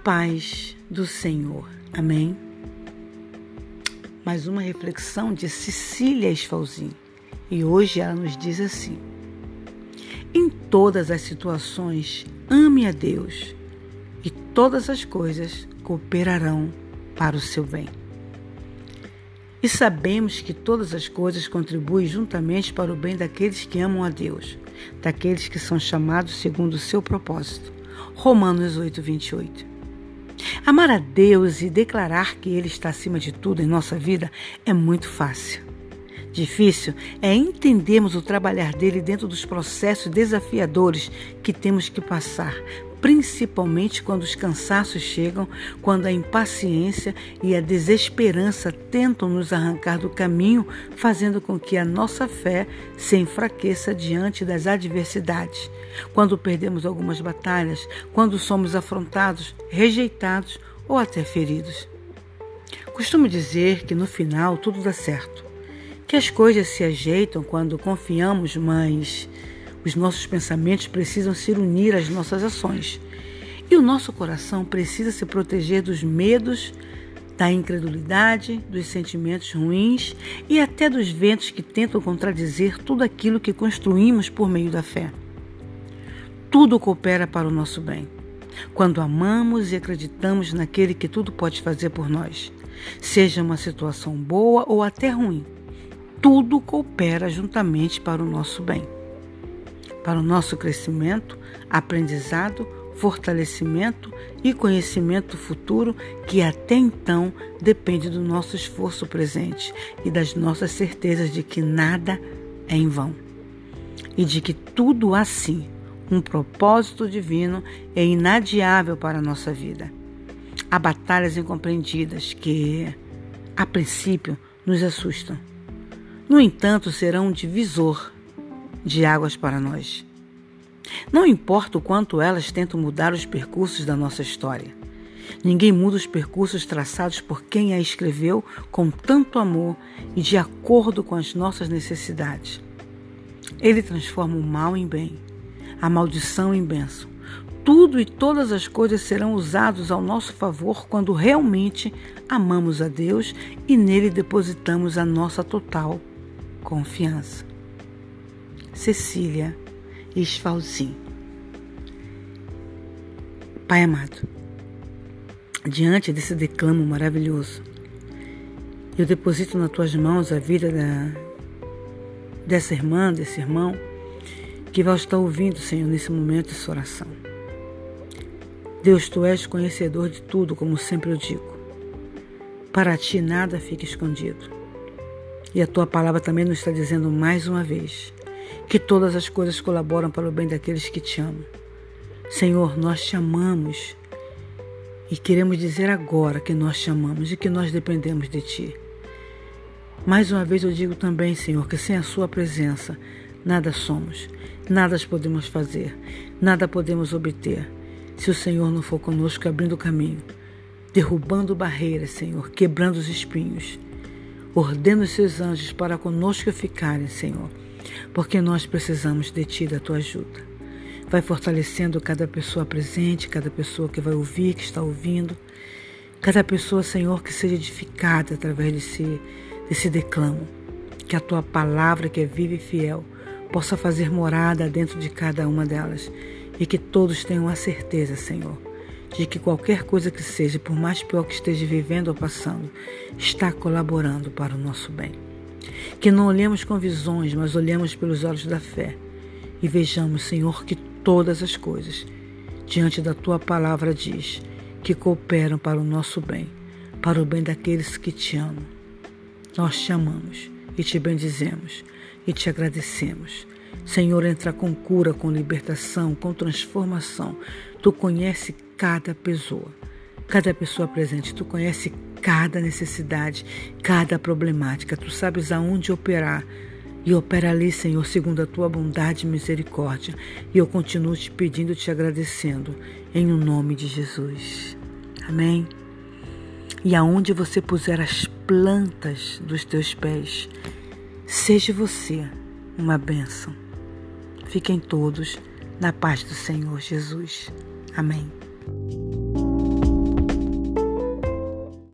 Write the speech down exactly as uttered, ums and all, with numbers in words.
paz do Senhor. Amém? Mais uma reflexão de Cecília Esfalzin. E hoje ela nos diz assim: em todas as situações, ame a Deus e todas as coisas cooperarão para o seu bem. E sabemos que todas as coisas contribuem juntamente para o bem daqueles que amam a Deus, daqueles que são chamados segundo o seu propósito. Romanos oito, vinte e oito. Amar a Deus e declarar que Ele está acima de tudo em nossa vida é muito fácil. Difícil é entendermos o trabalhar dele dentro dos processos desafiadores que temos que passar, principalmente quando os cansaços chegam, quando a impaciência e a desesperança tentam nos arrancar do caminho, fazendo com que a nossa fé se enfraqueça diante das adversidades, quando perdemos algumas batalhas, quando somos afrontados, rejeitados ou até feridos. Costumo dizer que no final tudo dá certo, que as coisas se ajeitam quando confiamos, mas os nossos pensamentos precisam se unir às nossas ações. E o nosso coração precisa se proteger dos medos, da incredulidade, dos sentimentos ruins e até dos ventos que tentam contradizer tudo aquilo que construímos por meio da fé. Tudo coopera para o nosso bem, quando amamos e acreditamos naquele que tudo pode fazer por nós. Seja uma situação boa ou até ruim, tudo coopera juntamente para o nosso bem, para o nosso crescimento, aprendizado, fortalecimento e conhecimento futuro, que até então depende do nosso esforço presente e das nossas certezas de que nada é em vão e de que tudo há sim um propósito divino é inadiável para a nossa vida. Há batalhas incompreendidas que, a princípio, nos assustam. No entanto, serão um divisor de águas para nós. Não importa o quanto elas tentam mudar os percursos da nossa história. Ninguém muda os percursos traçados por quem a escreveu com tanto amor e de acordo com as nossas necessidades. Ele transforma o mal em bem, a maldição em bênção. Tudo e todas as coisas serão usados ao nosso favor quando realmente amamos a Deus e nele depositamos a nossa total confiança. Cecília Esfalzin. Pai amado, diante desse declamo maravilhoso, eu deposito nas tuas mãos a vida da, dessa irmã, desse irmão, que vai estar ouvindo, Senhor, nesse momento essa oração. Deus, Tu és conhecedor de tudo, como sempre eu digo. Para Ti nada fica escondido. E a Tua palavra também nos está dizendo mais uma vez que todas as coisas colaboram para o bem daqueles que Te amam. Senhor, nós Te amamos e queremos dizer agora que nós Te amamos e que nós dependemos de Ti. Mais uma vez eu digo também, Senhor, que sem a Sua presença nada somos, nada podemos fazer, nada podemos obter, se o Senhor não for conosco abrindo o caminho, derrubando barreiras, Senhor, quebrando os espinhos. Ordena os seus anjos para conosco ficarem, Senhor, porque nós precisamos de Ti, da Tua ajuda. Vai fortalecendo cada pessoa presente, cada pessoa que vai ouvir, que está ouvindo, cada pessoa, Senhor, que seja edificada através desse, desse declamo, que a Tua palavra, que é viva e fiel, possa fazer morada dentro de cada uma delas e que todos tenham a certeza, Senhor, de que qualquer coisa que seja, por mais pior que esteja vivendo ou passando, está colaborando para o nosso bem. Que não olhemos com visões, mas olhemos pelos olhos da fé e vejamos, Senhor, que todas as coisas, diante da Tua palavra, diz que cooperam para o nosso bem, para o bem daqueles que Te amam. Nós Te amamos e Te bendizemos e Te agradecemos. Senhor, entra com cura, com libertação, com transformação. Tu conhece cada pessoa, cada pessoa presente. Tu conhece cada necessidade, cada problemática. Tu sabes aonde operar. E opera ali, Senhor, segundo a Tua bondade e misericórdia. E eu continuo Te pedindo e Te agradecendo, em o nome de Jesus. Amém? E aonde você puser as plantas dos Teus pés, seja você uma bênção. Fiquem todos na paz do Senhor Jesus. Amém.